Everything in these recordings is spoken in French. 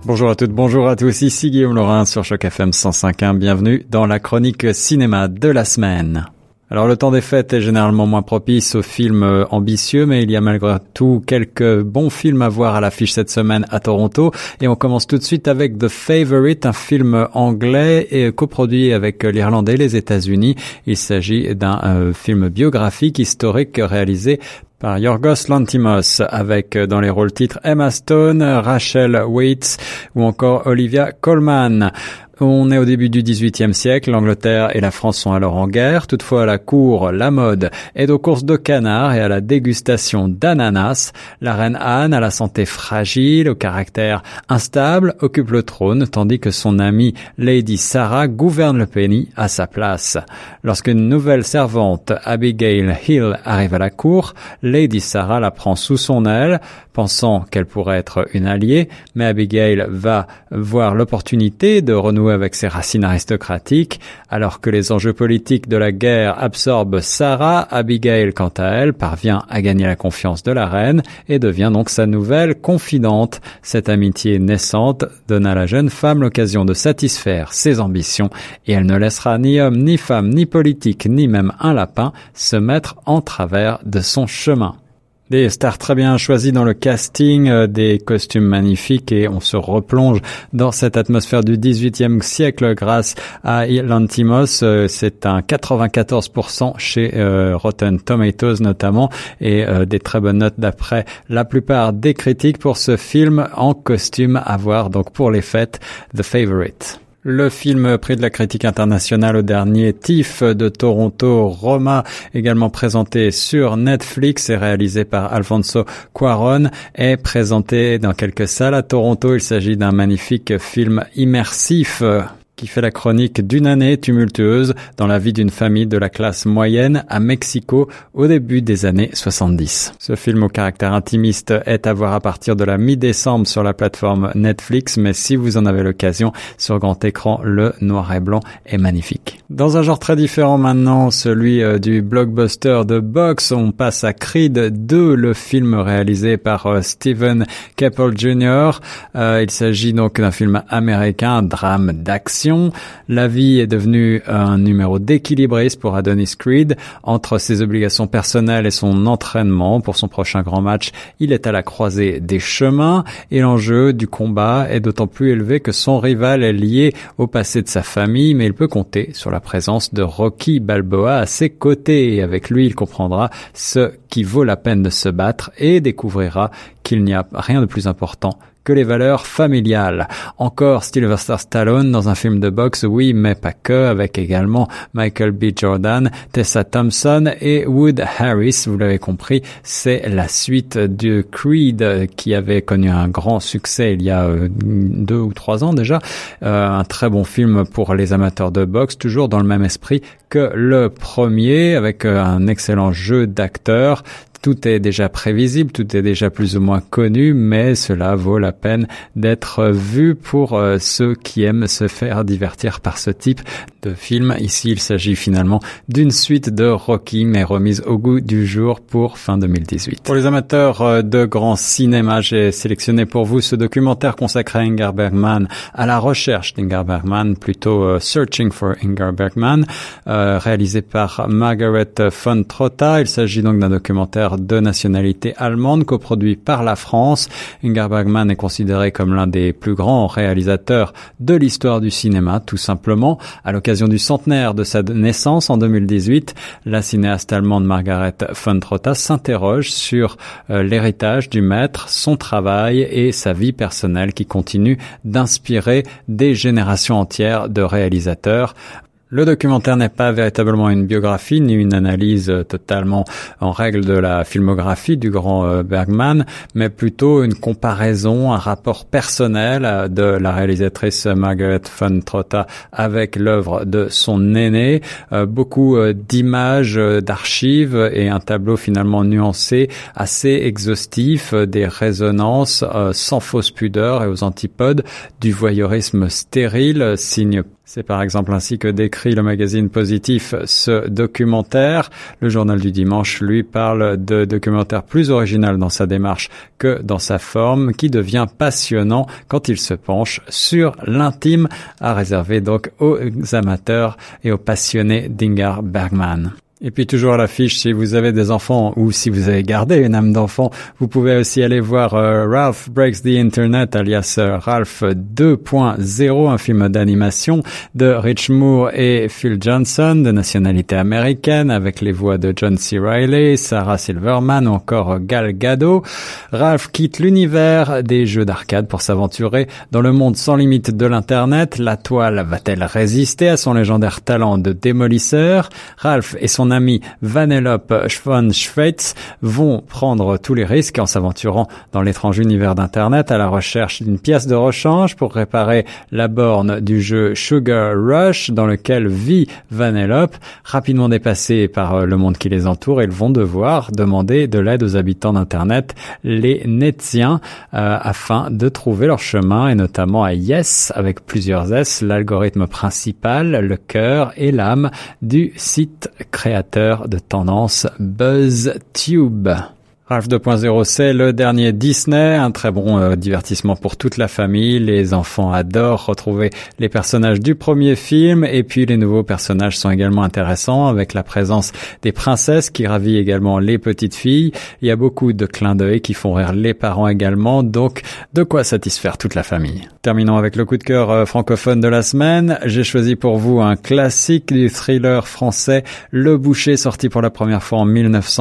Bonjour à toutes, bonjour à tous, ici Guillaume Laurin sur Choc FM 105.1, bienvenue dans la chronique cinéma de la semaine. Alors le temps des fêtes est généralement moins propice aux films ambitieux, mais il y a malgré tout quelques bons films à voir à l'affiche cette semaine à Toronto. Et on commence tout de suite avec The Favourite, un film anglais et coproduit avec l'Irlande et les États-Unis. Il s'agit d'un film biographique historique réalisé par Yorgos Lanthimos, avec dans les rôles titres Emma Stone, Rachel Weisz ou encore Olivia Colman. On est au début du XVIIIe siècle, l'Angleterre et la France sont alors en guerre. Toutefois, à la cour, la mode est aux courses de canards et à la dégustation d'ananas. La reine Anne, à la santé fragile, au caractère instable, occupe le trône, tandis que son amie Lady Sarah gouverne le pays à sa place. Lorsqu'une nouvelle servante, Abigail Hill, arrive à la cour, Lady Sarah la prend sous son aile, pensant qu'elle pourrait être une alliée, mais Abigail va voir l'opportunité de renouer avec ses racines aristocratiques. Alors que les enjeux politiques de la guerre absorbent Sarah, Abigail, quant à elle, parvient à gagner la confiance de la reine et devient donc sa nouvelle confidente. Cette amitié naissante donne à la jeune femme l'occasion de satisfaire ses ambitions et elle ne laissera ni homme, ni femme, ni politique, ni même un lapin se mettre en travers de son chemin. Des stars très bien choisies dans le casting, des costumes magnifiques et on se replonge dans cette atmosphère du XVIIIe siècle grâce à Lanthimos. C'est un 94% chez Rotten Tomatoes notamment et des très bonnes notes d'après la plupart des critiques pour ce film en costume à voir donc pour les fêtes, The Favourite. Le film prix de la critique internationale au dernier TIFF de Toronto, Roma, également présenté sur Netflix et réalisé par Alfonso Cuarón, est présenté dans quelques salles à Toronto. Il s'agit d'un magnifique film immersif qui fait la chronique d'une année tumultueuse dans la vie d'une famille de la classe moyenne à Mexico au début des années 70. Ce film au caractère intimiste est à voir à partir de la mi-décembre sur la plateforme Netflix, mais si vous en avez l'occasion, sur grand écran, le noir et blanc est magnifique. Dans un genre très différent maintenant, celui du blockbuster de boxe, on passe à Creed 2, le film réalisé par Steven Caple Jr. Il s'agit donc d'un film américain, un drame d'action. La vie est devenue un numéro d'équilibriste pour Adonis Creed. Entre ses obligations personnelles et son entraînement pour son prochain grand match, il est à la croisée des chemins et l'enjeu du combat est d'autant plus élevé que son rival est lié au passé de sa famille, mais il peut compter sur la présence de Rocky Balboa à ses côtés et avec lui, il comprendra ce qui vaut la peine de se battre et découvrira qu'il n'y a rien de plus important que les valeurs familiales. Encore Sylvester Stallone dans un film de boxe, oui, mais pas que, avec également Michael B. Jordan, Tessa Thompson et Wood Harris. Vous l'avez compris, c'est la suite de Creed qui avait connu un grand succès il y a 2 ou 3 ans déjà. Un très bon film pour les amateurs de boxe, toujours dans le même esprit que le premier, avec un excellent jeu d'acteurs. Tout est déjà prévisible, tout est déjà plus ou moins connu, mais cela vaut la peine d'être vu pour ceux qui aiment se faire divertir par ce type de film. Ici, il s'agit finalement d'une suite de Rocky, mais remise au goût du jour pour fin 2018. Pour les amateurs de grand cinéma, j'ai sélectionné pour vous ce documentaire consacré à Ingmar Bergman, à la recherche d'Ingmar Bergman, plutôt Searching for Ingmar Bergman, réalisé par Margaret von Trotta. Il s'agit donc d'un documentaire de nationalité allemande, coproduit par la France. Ingmar Bergman est considéré comme l'un des plus grands réalisateurs de l'histoire du cinéma, tout simplement. À l'occasion du centenaire de sa naissance en 2018, la cinéaste allemande Margaret von Trotta s'interroge sur l'héritage du maître, son travail et sa vie personnelle qui continue d'inspirer des générations entières de réalisateurs. Le documentaire n'est pas véritablement une biographie ni une analyse totalement en règle de la filmographie du grand Bergman, mais plutôt une comparaison, un rapport personnel de la réalisatrice Margaret von Trotta avec l'œuvre de son aîné, beaucoup d'images, d'archives et un tableau finalement nuancé, assez exhaustif, des résonances sans fausse pudeur et aux antipodes du voyeurisme stérile, signe C'est par exemple ainsi que décrit le magazine Positif ce documentaire. Le journal du dimanche, lui, parle de documentaire plus original dans sa démarche que dans sa forme, qui devient passionnant quand il se penche sur l'intime, à réserver donc aux amateurs et aux passionnés d'Ingmar Bergman. Et puis toujours à l'affiche, si vous avez des enfants ou si vous avez gardé une âme d'enfant, vous pouvez aussi aller voir Ralph Breaks the Internet, alias Ralph 2.0, un film d'animation de Rich Moore et Phil Johnson, de nationalité américaine, avec les voix de John C. Reilly, Sarah Silverman ou encore Gal Gadot. Ralph quitte l'univers des jeux d'arcade pour s'aventurer dans le monde sans limite de l'Internet. La toile va-t-elle résister à son légendaire talent de démolisseur? Ralph et son ami Vanellope von Schweitz vont prendre tous les risques en s'aventurant dans l'étrange univers d'Internet à la recherche d'une pièce de rechange pour réparer la borne du jeu Sugar Rush dans lequel vit Vanellope. Rapidement dépassés par le monde qui les entoure, ils vont devoir demander de l'aide aux habitants d'Internet, les Netziens, afin de trouver leur chemin, et notamment à Yes, avec plusieurs S, l'algorithme principal, le cœur et l'âme du site créateur de tendance BuzzTube. Ralph 2.0, c'est le dernier Disney, un très bon divertissement pour toute la famille. Les enfants adorent retrouver les personnages du premier film, et puis les nouveaux personnages sont également intéressants, avec la présence des princesses qui ravit également les petites filles. Il y a beaucoup de clins d'œil qui font rire les parents également, donc de quoi satisfaire toute la famille. Terminons avec le coup de cœur francophone de la semaine. J'ai choisi pour vous un classique du thriller français, Le Boucher, sorti pour la première fois en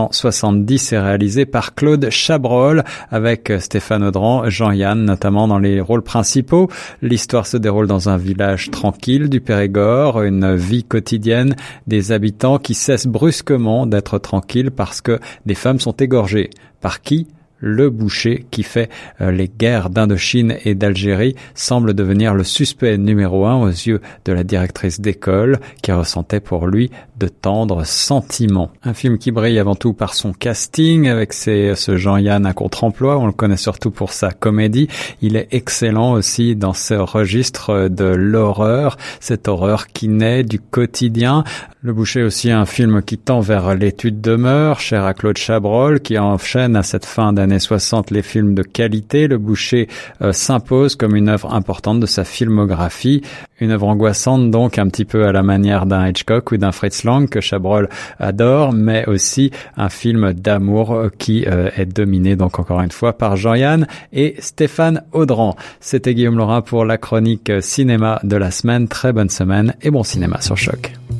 1970 et réalisé par Claude Chabrol, avec Stéphane Audran, Jean-Yann notamment dans les rôles principaux. L'histoire se déroule dans un village tranquille du Périgord, une vie quotidienne des habitants qui cessent brusquement d'être tranquilles parce que des femmes sont égorgées. Par qui ? Le Boucher, qui fait les guerres d'Indochine et d'Algérie, semble devenir le suspect numéro 1 aux yeux de la directrice d'école, qui ressentait pour lui de tendres sentiments. Un film qui brille avant tout par son casting, avec ce Jean-Yann à contre-emploi. On le connaît surtout pour sa comédie. Il est excellent aussi dans ce registre de l'horreur, cette horreur qui naît du quotidien. Le Boucher aussi un film qui tend vers l'étude de mœurs, cher à Claude Chabrol, qui enchaîne à cette fin d'années 60 les films de qualité. Le Boucher s'impose comme une œuvre importante de sa filmographie. Une œuvre angoissante donc, un petit peu à la manière d'un Hitchcock ou d'un Fritz Lang que Chabrol adore, mais aussi un film d'amour qui est dominé donc encore une fois par Jean-Yann et Stéphane Audran. C'était Guillaume Laurin pour la chronique cinéma de la semaine. Très bonne semaine et bon cinéma sur Choc.